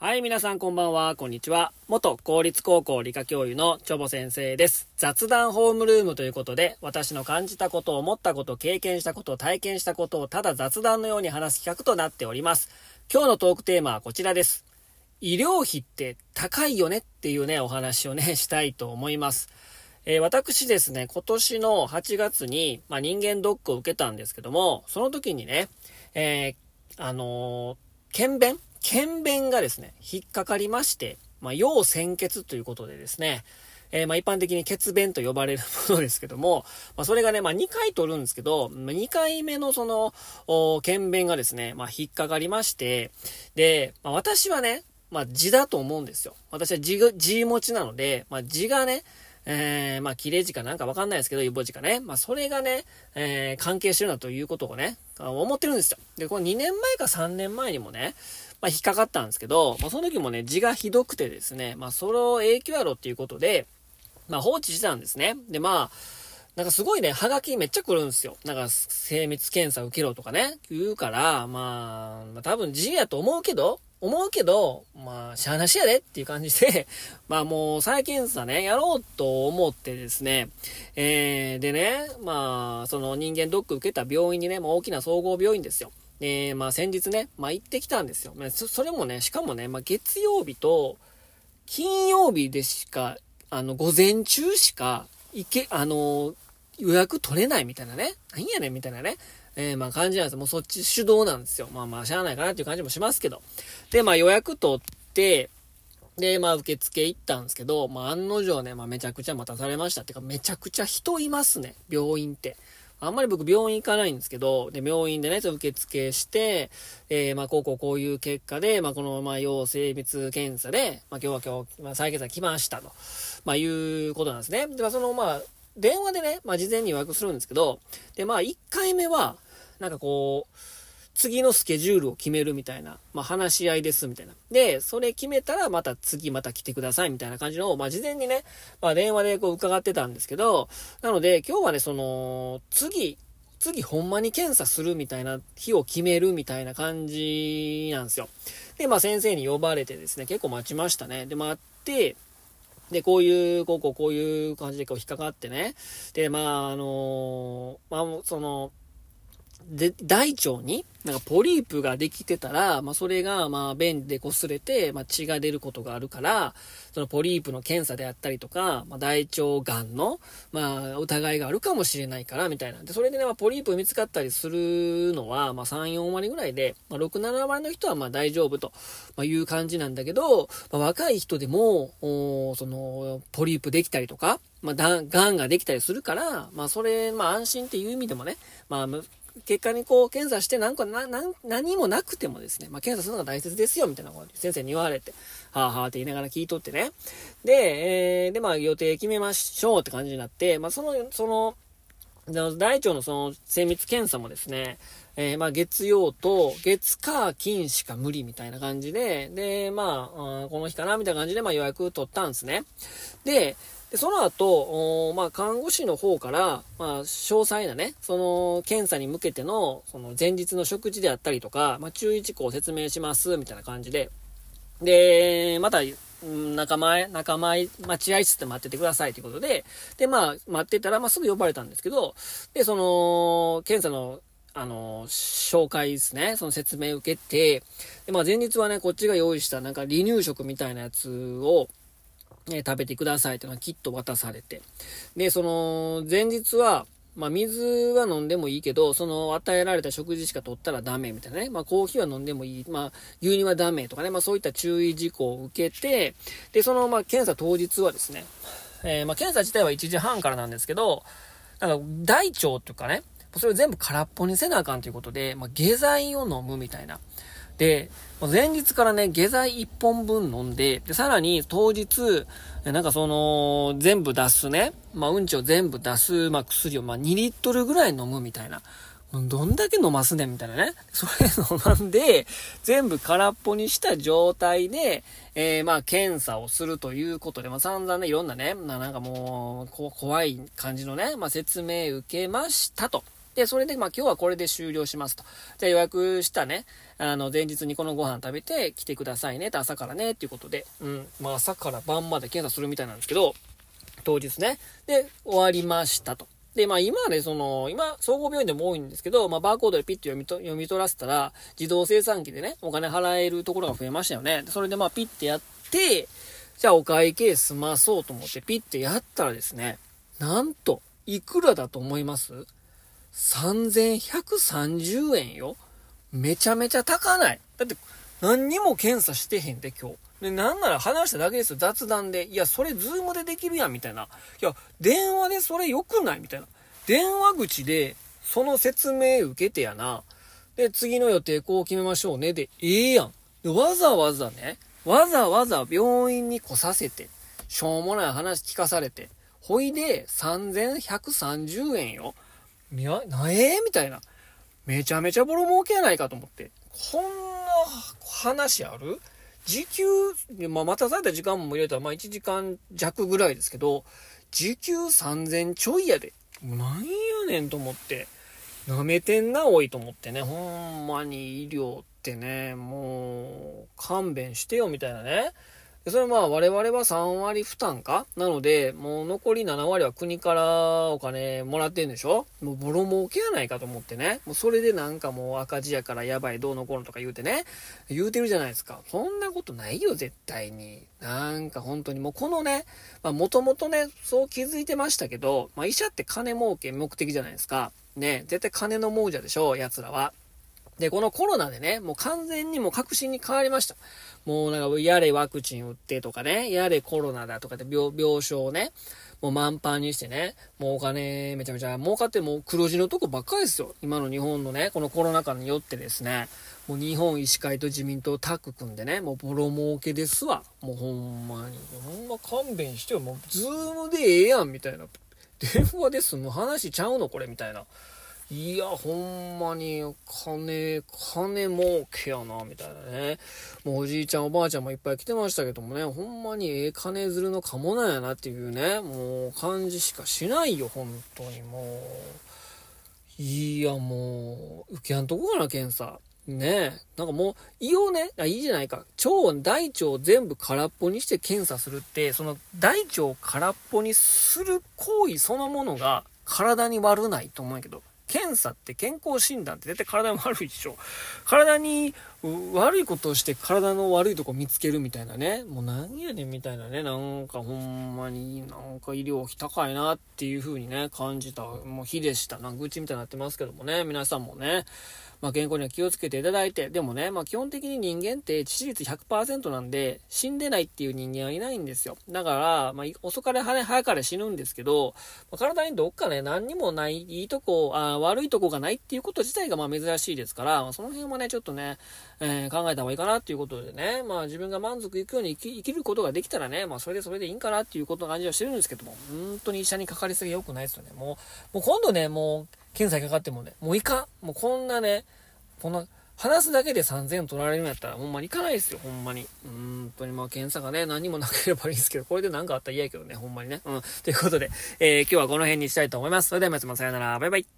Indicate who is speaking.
Speaker 1: はい、皆さんこんばんは、こんにちは。元公立高校理科教諭のチョボ先生です。雑談ホームルームということで、私の感じたこと、思ったこと、経験したこと、体験したことをただ雑談のように話す企画となっております。今日のトークテーマはこちらです。医療費って高いよねっていうね、お話をね、したいと思います。私ですね、今年の8月に、人間ドックを受けたんですけども、その時にね、検便がですね、引っかかりまして、要鮮血ということでですね、一般的に血便と呼ばれるものですけども、それがね、2回取るんですけど、2回目のその、検便がですね、引っかかりまして、で、私はね、痔だと思うんですよ。私は痔持ちなので、痔がね、切れ痔かなんかわかんないですけど、イボ痔かね。それがね、関係してるなということをね、思ってるんですよ。で、この2年前か3年前にもね、引っかかったんですけど、その時もね、痔がひどくてですね、その影響やろっていうことで、放置してたんですね。で、なんかすごいね、ハガキめっちゃ来るんですよ。なんか、精密検査受けろとかね、言うから、多分痔やと思うけど、しゃあなしやでっていう感じで、もう再検査ね、やろうと思ってですね、でね、その人間ドック受けた病院にね、大きな総合病院ですよ。先日ね、行ってきたんですよ。それもね、しかもね、月曜日と金曜日でしか、午前中しか予約取れないみたいなね。何やねんみたいなね。感じなんですよ。もうそっち主導なんですよ。しゃあないかなっていう感じもしますけど。で、予約取って、で、受付行ったんですけど、案の定ね、めちゃくちゃ待たされました。ってか、めちゃくちゃ人いますね。病院って。あんまり僕病院行かないんですけど、で、病院でね、受付して、こういう結果で、この、要精密検査で、今日、再検査来ましたと、いうことなんですね。で、電話でね、事前に予約するんですけど、で、1回目は、なんかこう、次のスケジュールを決めるみたいな、話し合いですみたいな。で、それ決めたらまた次また来てくださいみたいな感じのを、事前にね、電話でこう伺ってたんですけど、なので今日はね、その、次ほんまに検査するみたいな日を決めるみたいな感じなんですよ。で、先生に呼ばれてですね、結構待ちましたね。で、待って、で、こういう感じでこう引っかかってね。で、で、大腸になんかポリープができてたら、それが便で擦れて、血が出ることがあるから、そのポリープの検査であったりとか、大腸がんの疑いがあるかもしれないからみたいな。で、それでね、ポリープ見つかったりするのは3、4割ぐらいで、6、7割の人は大丈夫という感じなんだけど、若い人でもそのポリープできたりとか、がんができたりするから、それ安心っていう意味でもね、結果にこう検査して何もなくてもですね、検査するのが大切ですよみたいなこと先生に言われて、はぁはぁって言いながら聞いとってね。で、予定決めましょうって感じになって、大腸のその精密検査もですね、月曜と月火金しか無理みたいな感じで、で、この日かなみたいな感じで予約取ったんですね。で、その後、看護師の方から、詳細なね、その検査に向けての、その前日の食事であったりとか、注意事項を説明します、みたいな感じで。で、また、待合室で待っててくださいということで、で、待ってたら、すぐ呼ばれたんですけど、で、その、検査の、紹介ですね。その説明を受けて、で、前日はね、こっちが用意したなんか離乳食みたいなやつを、食べてくださいというのがきっと渡されて。で、その、前日は、水は飲んでもいいけど、その与えられた食事しか取ったらダメみたいなね。コーヒーは飲んでもいい。牛乳はダメとかね。そういった注意事項を受けて、で、その、検査当日はですね、検査自体は1時半からなんですけど、なんか大腸というかね、それを全部空っぽにせなあかんということで、下剤を飲むみたいな。で、前日からね、下剤1本分飲んで、で、さらに当日、なんかその、全部出すね、うんちを全部出す、薬を2リットルぐらい飲むみたいな。どんだけ飲ますねんみたいなね。それ飲んで、全部空っぽにした状態で、検査をするということで、散々ね、いろんなね、なんかもう、怖い感じのね、説明受けましたと。 で、それで、まあ今日はこれで終了しますと。じゃあ予約したね、前日にこのご飯食べて来てくださいねって朝からねっていうことで、まあ朝から晩まで検査するみたいなんですけど、当日ね。で、終わりましたと。で、まあ今ね、今、総合病院でも多いんですけど、まあバーコードでピッと読み取らせたら、自動生産機でね、お金払えるところが増えましたよね。それでまあピッてやって、じゃあお会計済まそうと思ってピッてやったらですね、なんと、いくらだと思います？ 3130 円よ。めちゃめちゃ高ない。だって、何にも検査してへんで、今日。で、なんなら話しただけですよ、雑談で。いや、それズームでできるやん、みたいな。いや、電話でそれ良くないみたいな。電話口で、その説明受けてやな。で、次の予定こう決めましょうね。で、ええやん。で、わざわざ病院に来させて、しょうもない話聞かされて、ほいで、3130円よ。みたいな。めちゃめちゃボロ儲けやないかと思って。こんな話ある？時給、待たされた時間も入れたら、1時間弱ぐらいですけど、時給3000ちょいやで。なんやねんと思って。舐めてんな、おいと思ってね。ほんまに医療ってね、もう、勘弁してよ、みたいなね。それまあ我々は3割負担かなので、もう残り7割は国からお金もらってんでしょ？もうボロ儲けやないかと思ってね。もうそれでなんかもう赤字やからやばいどうのこうのとか言うてね。言うてるじゃないですか。そんなことないよ絶対に。なんか本当にもうこのね、もともとね、そう気づいてましたけど、医者って金儲け目的じゃないですか。ね、絶対金の亡者でしょ、奴らは。で、このコロナでね、もう完全にもう確信に変わりました。もうなんか、やれワクチン打ってとかね、やれコロナだとかで病床をね、もう満帆にしてね、もうお金めちゃめちゃ儲かってもう黒字のとこばっかりですよ。今の日本のね、このコロナ禍によってですね、もう日本医師会と自民党タッグ組んでね、もうボロ儲けですわ。もうほんまに。ほんま勘弁してよ。もうズームでええやんみたいな。電話で済む話ちゃうのこれみたいな。いや、ほんまに、金儲けやな、みたいなね。もうおじいちゃんおばあちゃんもいっぱい来てましたけどもね、ほんまに金づるのかもなんやなっていうね、もう感じしかしないよ、本当にもう。いや、もう、受けやんとこかな、検査。ねえ。なんかもう、胃をね、いいじゃないか。大腸全部空っぽにして検査するって、その大腸空っぽにする行為そのものが体に悪ないと思うんやけど、検査って健康診断って絶対体に悪いでしょ。体に悪いことをして体の悪いとこ見つけるみたいなね。もう何やねんみたいなね。なんかほんまになんか医療費高いなっていう風にね、感じたもう日でした。なんか愚痴みたいになってますけどもね。皆さんもね。健康には気をつけていただいて、でもね、基本的に人間って致死率 100% なんで、死んでないっていう人間はいないんですよ。だから、遅かれ早かれ死ぬんですけど、体にどっかね、何にもない、いいとこ、悪いとこがないっていうこと自体が珍しいですから、その辺もね、ちょっとね、考えた方がいいかなっていうことでね、自分が満足いくように生きることができたらね、それでいいんかなっていうことの感じはしてるんですけども、本当に医者にかかりすぎ良くないですよね。もう今度ね、もう、検査にかかってもね、もういかん。もうこんなね、この、話すだけで3000円取られるんやったら、ほんまにいかないですよ、ほんまに。本当に検査がね、何もなければいいんですけど、これで何かあったら嫌やけどね、ほんまにね。ということで、今日はこの辺にしたいと思います。それでは皆様さよなら、バイバイ。